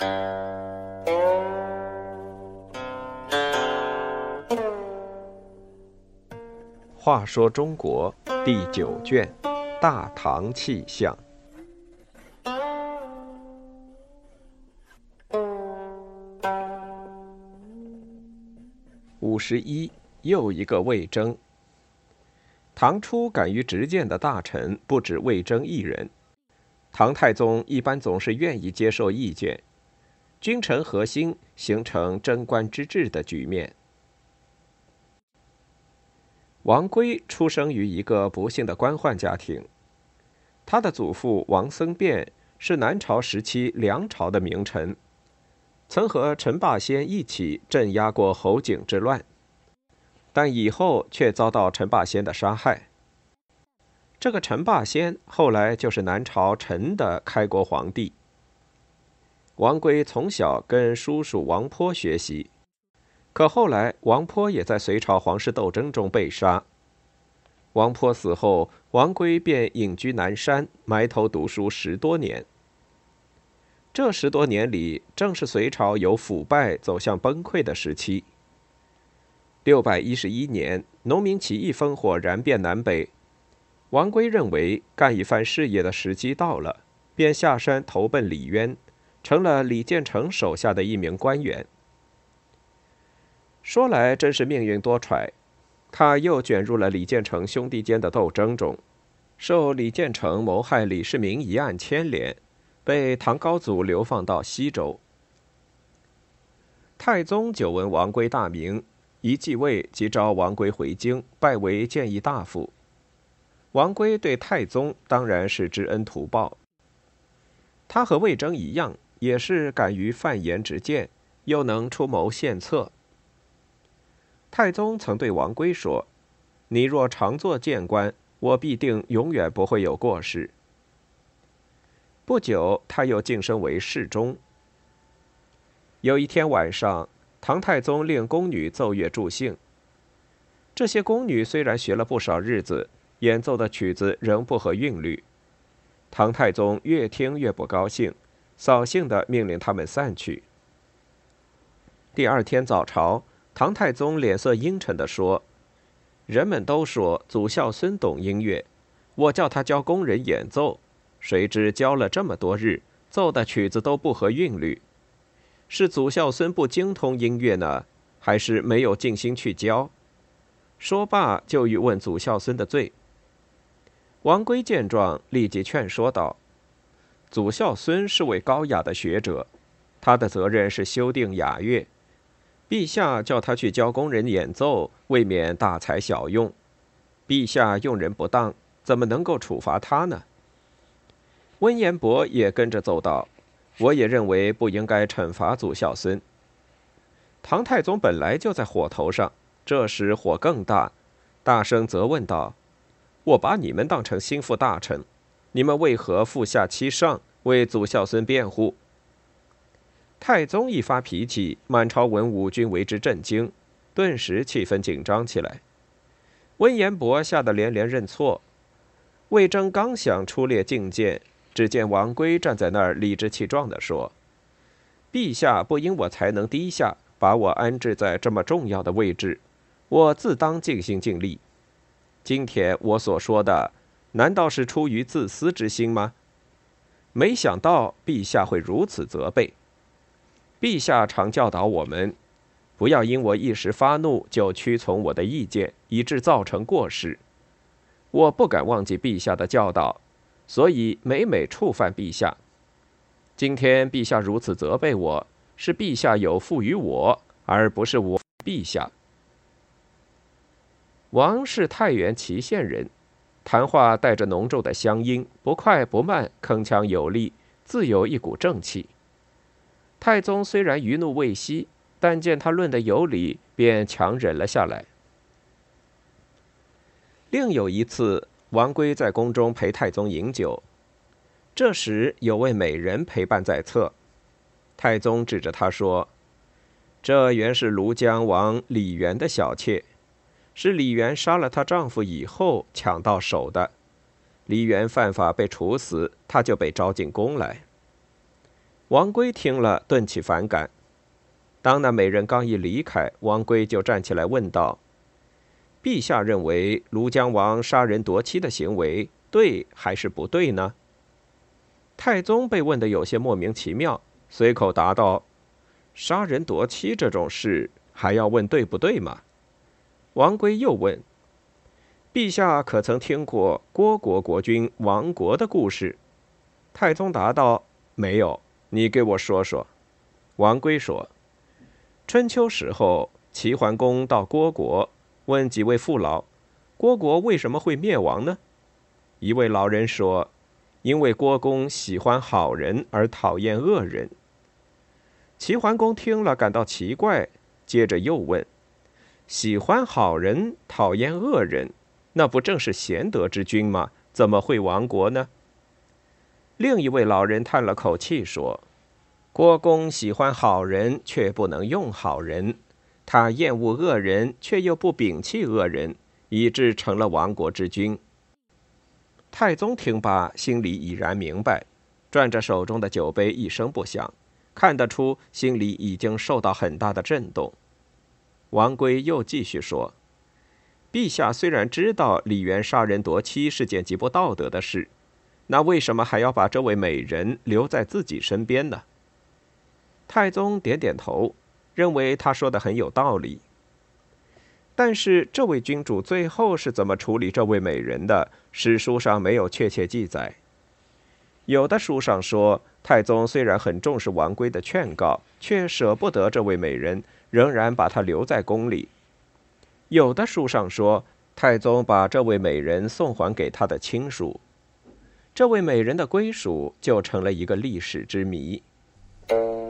话说中国第9卷《大唐气象》51，又一个魏征。唐初敢于直谏的大臣不止魏征一人，唐太宗一般总是愿意接受意见，君臣核心，形成贞观之治的局面。王圭出生于一个不幸的官宦家庭，他的祖父王僧辩是南朝时期梁朝的名臣，曾和陈霸先一起镇压过侯景之乱，但以后却遭到陈霸先的杀害。这个陈霸先后来就是南朝陈的开国皇帝。王圭从小跟叔叔王颇学习，可后来王颇也在隋朝皇室斗争中被杀。王颇死后，王圭便隐居南山，埋头读书10多年。这10多年里，正是隋朝由腐败走向崩溃的时期。611年，农民起义烽火燃遍南北，王圭认为干一番事业的时机到了，便下山投奔李渊，成了李建成手下的一名官员。说来真是命运多舛，他又卷入了李建成兄弟间的斗争中，受李建成谋害李世民一案牵连，被唐高祖流放到西周。太宗久闻王圭大名，一继位即召王圭回京，拜为谏议大夫。王圭对太宗当然是知恩图报。他和魏征一样，也是敢于犯言直谏，又能出谋献策。太宗曾对王圭说：“你若常做谏官，我必定永远不会有过失。”不久，他又晋升为侍中。有一天晚上，唐太宗令宫女奏乐助兴。这些宫女虽然学了不少日子，演奏的曲子仍不合韵律。唐太宗越听越不高兴，扫兴地命令他们散去。第二天早朝，唐太宗脸色阴沉地说：“人们都说祖孝孙懂音乐，我叫他教工人演奏，谁知教了这么多日，奏的曲子都不合韵律。是祖孝孙不精通音乐呢，还是没有尽心去教？”说罢就欲问祖孝孙的罪。王圭见状，立即劝说道：“祖孝孙是位高雅的学者，他的责任是修订雅乐。陛下叫他去教工人演奏，未免大材小用。陛下用人不当，怎么能够处罚他呢？”温彦博也跟着奏道：“我也认为不应该惩罚祖孝孙。”唐太宗本来就在火头上，这时火更大，大声责问道：“我把你们当成心腹大臣，你们为何腹下欺上，为祖孝孙辩护？”太宗一发脾气，满朝文武均为之震惊，顿时气氛紧张起来。温彦博吓得连连认错。魏征刚想出列进谏，只见王圭站在那儿理直气壮地说：“陛下不因我才能低下，把我安置在这么重要的位置，我自当尽心尽力。今天我所说的，难道是出于自私之心吗？没想到陛下会如此责备。陛下常教导我们，不要因我一时发怒就屈从我的意见，以致造成过失。我不敢忘记陛下的教导，所以每每触犯陛下。今天陛下如此责备我，是陛下有负于我，而不是我陛下。”王是太原祁县人，谈话带着浓重的乡音，不快不慢，铿锵有力，自有一股正气。太宗虽然余怒未息，但见他论得有理，便强忍了下来。另有一次，王圭在宫中陪太宗饮酒，这时有位美人陪伴在侧。太宗指着他说：“这原是庐江王李元的小妾，是李元杀了她丈夫以后抢到手的。李元犯法被处死，她就被招进宫来。” 王圭听了，顿起反感。当那美人刚一离开，王圭就站起来问道：“陛下认为庐江王杀人夺妻的行为对还是不对呢？”太宗被问得有些莫名其妙，随口答道：“杀人夺妻这种事，还要问对不对吗？”王圭又问：“陛下可曾听过虢国国君亡国的故事？”太宗答道：“没有，你给我说说。”王圭说：“春秋时候，齐桓公到虢国，问几位父老，虢国为什么会灭亡呢？一位老人说，因为虢公喜欢好人而讨厌恶人。齐桓公听了感到奇怪，接着又问，喜欢好人讨厌恶人，那不正是贤德之君吗？怎么会亡国呢？另一位老人叹了口气说，虢公喜欢好人，却不能用好人，他厌恶恶人，却又不摒弃恶人，以致成了亡国之君。太宗听罢，心里已然明白，转着手中的酒杯一声不响，看得出心里已经受到很大的震动。王圭又继续说，陛下虽然知道李渊杀人夺妻是件极不道德的事，那为什么还要把这位美人留在自己身边呢？太宗点点头，认为他说的很有道理。但是这位君主最后是怎么处理这位美人的，史书上没有确切记载。有的书上说，太宗虽然很重视王圭的劝告，却舍不得这位美人，仍然把她留在宫里。有的书上说，太宗把这位美人送还给他的亲属。这位美人的归属就成了一个历史之谜。